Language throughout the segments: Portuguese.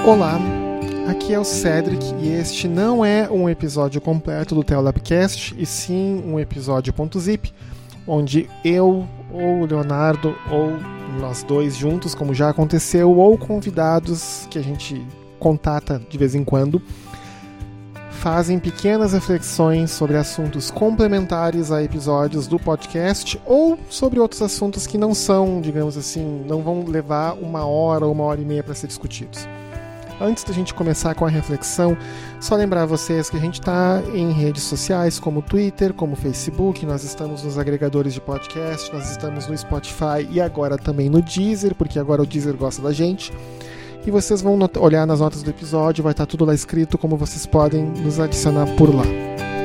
Olá, aqui é o Cedric e este não é um episódio completo do Teolabcast, e sim um episódio .zip, onde eu, ou o Leonardo, ou nós dois juntos, como já aconteceu, ou convidados que a gente contata de vez em quando, fazem pequenas reflexões sobre assuntos complementares a episódios do podcast ou sobre outros assuntos que não são, digamos assim, não vão levar 1 hora ou 1h30 para ser discutidos. Antes da gente começar com a reflexão, só lembrar vocês que a gente está em redes sociais como Twitter, como Facebook, nós estamos nos agregadores de podcast, nós estamos no Spotify e agora também no Deezer, porque agora o Deezer gosta da gente. E vocês vão olhar nas notas do episódio, vai estar tudo lá escrito como vocês podem nos adicionar por lá.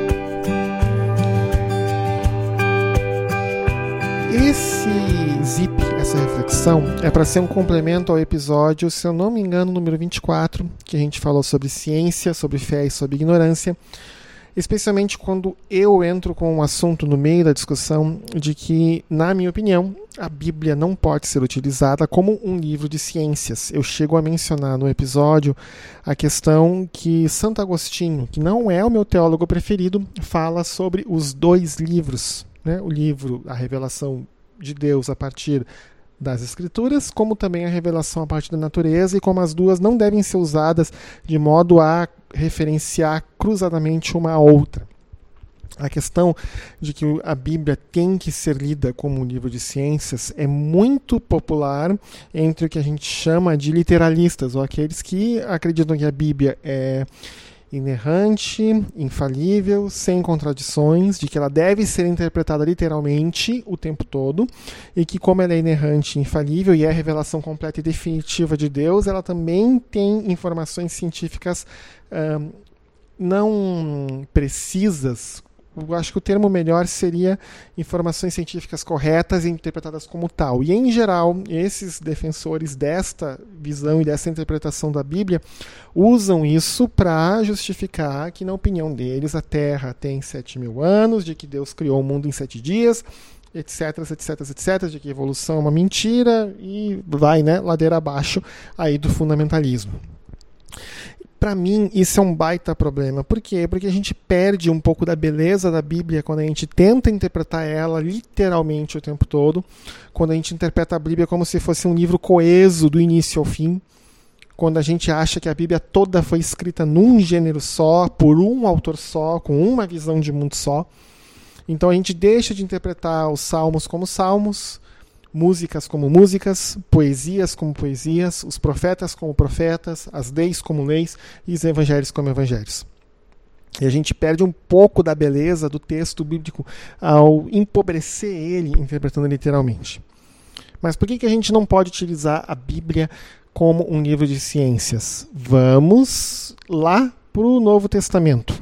Esse zip, essa reflexão, é para ser um complemento ao episódio, se eu não me engano, número 24, que a gente falou sobre ciência, sobre fé e sobre ignorância, especialmente quando eu entro com um assunto no meio da discussão de que, na minha opinião, a Bíblia não pode ser utilizada como um livro de ciências. Eu chego a mencionar no episódio a questão que Santo Agostinho, que não é o meu teólogo preferido, fala sobre os 2 livros, né? O livro, a revelação de Deus a partir das Escrituras, como também a revelação a partir da natureza, e como as duas não devem ser usadas de modo a referenciar cruzadamente uma a outra. A questão de que a Bíblia tem que ser lida como um livro de ciências é muito popular entre o que a gente chama de literalistas, ou aqueles que acreditam que a Bíblia é inerrante, infalível, sem contradições, de que ela deve ser interpretada literalmente o tempo todo, e que como ela é inerrante, infalível e é a revelação completa e definitiva de Deus, ela também tem informações científicas não precisas. Eu acho que o termo melhor seria informações científicas corretas e interpretadas como tal. E, em geral, esses defensores desta visão e dessa interpretação da Bíblia usam isso para justificar que, na opinião deles, a Terra tem 7.000 anos, de que Deus criou o mundo em 7 dias, etc, etc, etc, de que a evolução é uma mentira e vai, né, ladeira abaixo aí do fundamentalismo. Para mim, isso é um baita problema. Por quê? Porque a gente perde um pouco da beleza da Bíblia quando a gente tenta interpretar ela literalmente o tempo todo, quando a gente interpreta a Bíblia como se fosse um livro coeso do início ao fim, quando a gente acha que a Bíblia toda foi escrita num gênero só, por um autor só, com uma visão de mundo só. Então a gente deixa de interpretar os salmos como salmos, músicas como músicas, poesias como poesias, os profetas como profetas, as leis como leis e os evangelhos como evangelhos. E a gente perde um pouco da beleza do texto bíblico ao empobrecer ele, interpretando literalmente. Mas por que a gente não pode utilizar a Bíblia como um livro de ciências? Vamos lá para o Novo Testamento.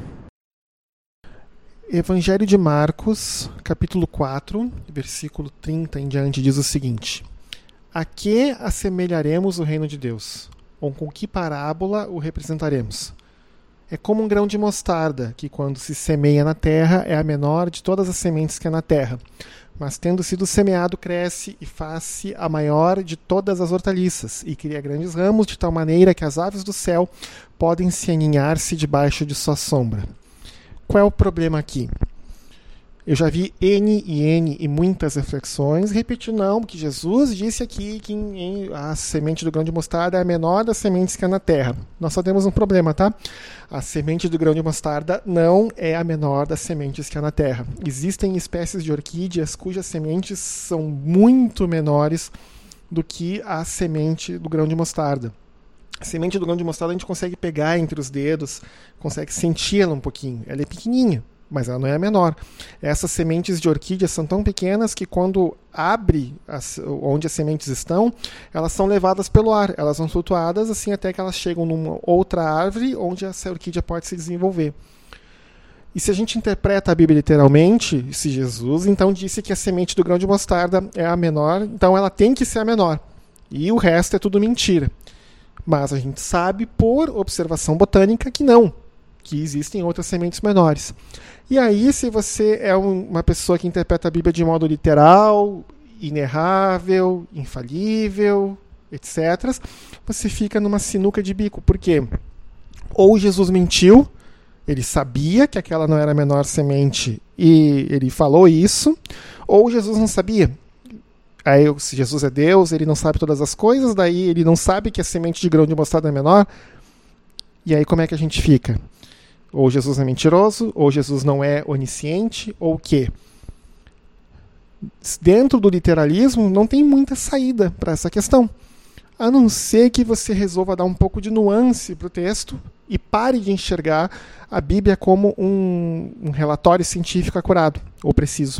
Evangelho de Marcos, capítulo 4, versículo 30 em diante, diz o seguinte: A que assemelharemos o reino de Deus? Ou com que parábola o representaremos? É como um grão de mostarda, que quando se semeia na terra é a menor de todas as sementes que há na terra. Mas tendo sido semeado, cresce e faz-se a maior de todas as hortaliças, e cria grandes ramos de tal maneira que as aves do céu podem se aninhar-se debaixo de sua sombra. Qual é o problema aqui? Eu já vi N e muitas reflexões repetindo não, que Jesus disse aqui que a semente do grão de mostarda é a menor das sementes que há na terra. Nós só temos um problema, tá? A semente do grão de mostarda não é a menor das sementes que há na terra. Existem espécies de orquídeas cujas sementes são muito menores do que a semente do grão de mostarda. A semente do grão de mostarda a gente consegue pegar entre os dedos, consegue senti-la um pouquinho. Ela é pequenininha, mas ela não é a menor. Essas sementes de orquídea são tão pequenas que quando abre onde as sementes estão, elas são levadas pelo ar. Elas são flutuadas assim até que elas chegam numa outra árvore onde essa orquídea pode se desenvolver. E se a gente interpreta a Bíblia literalmente, se Jesus então disse que a semente do grão de mostarda é a menor, então ela tem que ser a menor. E o resto é tudo mentira. Mas a gente sabe, por observação botânica, que não, que existem outras sementes menores. E aí, se você é uma pessoa que interpreta a Bíblia de modo literal, inerrável, infalível, etc., você fica numa sinuca de bico. Por quê? Ou Jesus mentiu, ele sabia que aquela não era a menor semente e ele falou isso, ou Jesus não sabia. Aí, se Jesus é Deus, ele não sabe todas as coisas, daí ele não sabe que a semente de grão de mostarda é menor. E aí como é que a gente fica? Ou Jesus é mentiroso, ou Jesus não é onisciente, ou o quê? Dentro do literalismo não tem muita saída para essa questão, a não ser que você resolva dar um pouco de nuance para o texto e pare de enxergar a Bíblia como um relatório científico acurado ou preciso.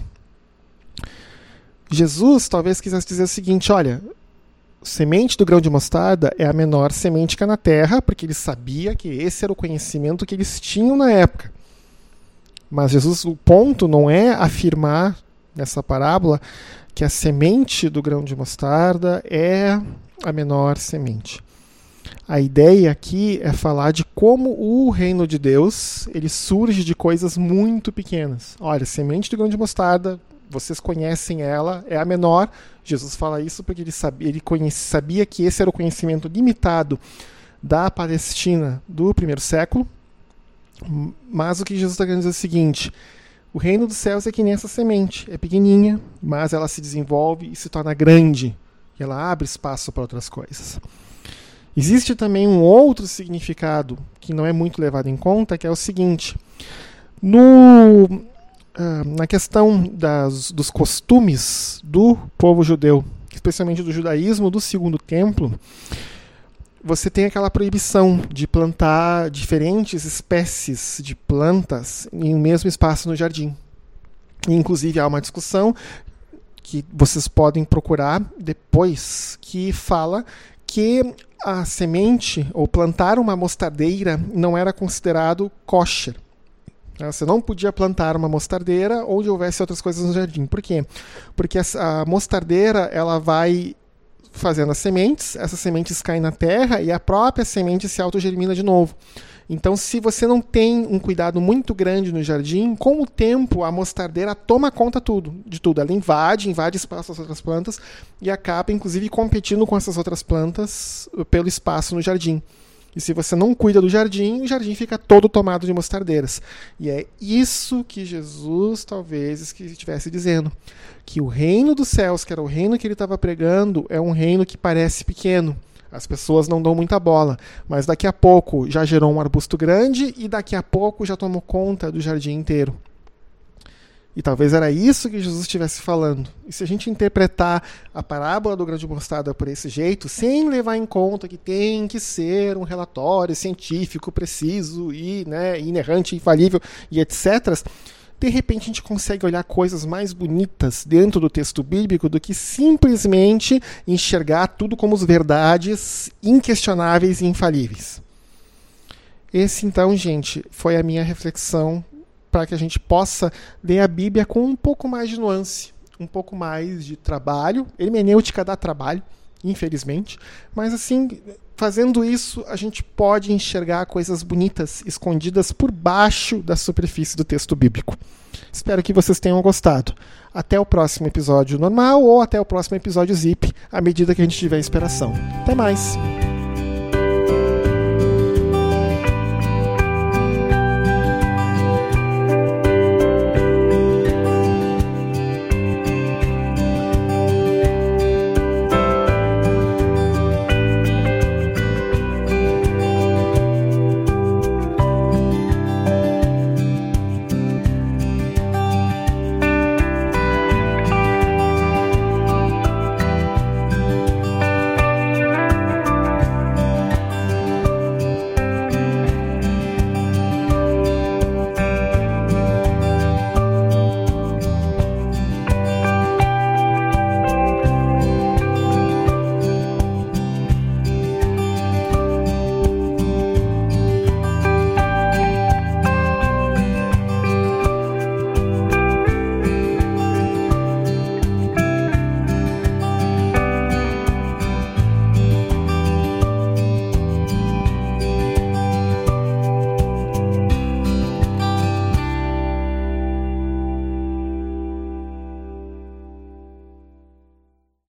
Jesus talvez quisesse dizer o seguinte: olha, semente do grão de mostarda é a menor semente que há na terra, porque ele sabia que esse era o conhecimento que eles tinham na época. Mas Jesus, o ponto não é afirmar nessa parábola que a semente do grão de mostarda é a menor semente. A ideia aqui é falar de como o reino de Deus ele surge de coisas muito pequenas. Olha, a semente do grão de mostarda, vocês conhecem ela, é a menor. Jesus fala isso porque ele sabia que esse era o conhecimento limitado da Palestina do primeiro século. Mas o que Jesus está querendo dizer é o seguinte: o reino dos céus é que nem essa semente, é pequenininha, mas ela se desenvolve e se torna grande, e ela abre espaço para outras coisas. Existe também um outro significado que não é muito levado em conta, que é o seguinte: na questão dos costumes do povo judeu, especialmente do judaísmo do Segundo Templo, você tem aquela proibição de plantar diferentes espécies de plantas em um mesmo espaço no jardim. E, inclusive, há uma discussão que vocês podem procurar depois, que fala que a semente, ou plantar uma mostardeira, não era considerado kosher. Você não podia plantar uma mostardeira onde houvesse outras coisas no jardim. Por quê? Porque a mostardeira ela vai fazendo as sementes, essas sementes caem na terra e a própria semente se autogermina de novo. Então, se você não tem um cuidado muito grande no jardim, com o tempo a mostardeira toma conta de tudo. Ela invade espaço das outras plantas e acaba, inclusive, competindo com essas outras plantas pelo espaço no jardim. E se você não cuida do jardim, o jardim fica todo tomado de mostardeiras. E é isso que Jesus talvez estivesse dizendo. Que o reino dos céus, que era o reino que ele estava pregando, é um reino que parece pequeno. As pessoas não dão muita bola. Mas daqui a pouco já gerou um arbusto grande e daqui a pouco já tomou conta do jardim inteiro. E talvez era isso que Jesus estivesse falando. E se a gente interpretar a parábola do grão de mostarda por esse jeito, sem levar em conta que tem que ser um relatório científico preciso e inerrante, infalível e etc., de repente a gente consegue olhar coisas mais bonitas dentro do texto bíblico do que simplesmente enxergar tudo como verdades inquestionáveis e infalíveis. Esse, então, gente, foi a minha reflexão para que a gente possa ler a Bíblia com um pouco mais de nuance, um pouco mais de trabalho. Hermenêutica dá trabalho, infelizmente, mas assim, fazendo isso, a gente pode enxergar coisas bonitas escondidas por baixo da superfície do texto bíblico. Espero que vocês tenham gostado. Até o próximo episódio normal ou até o próximo episódio Zip, à medida que a gente tiver inspiração. Até mais!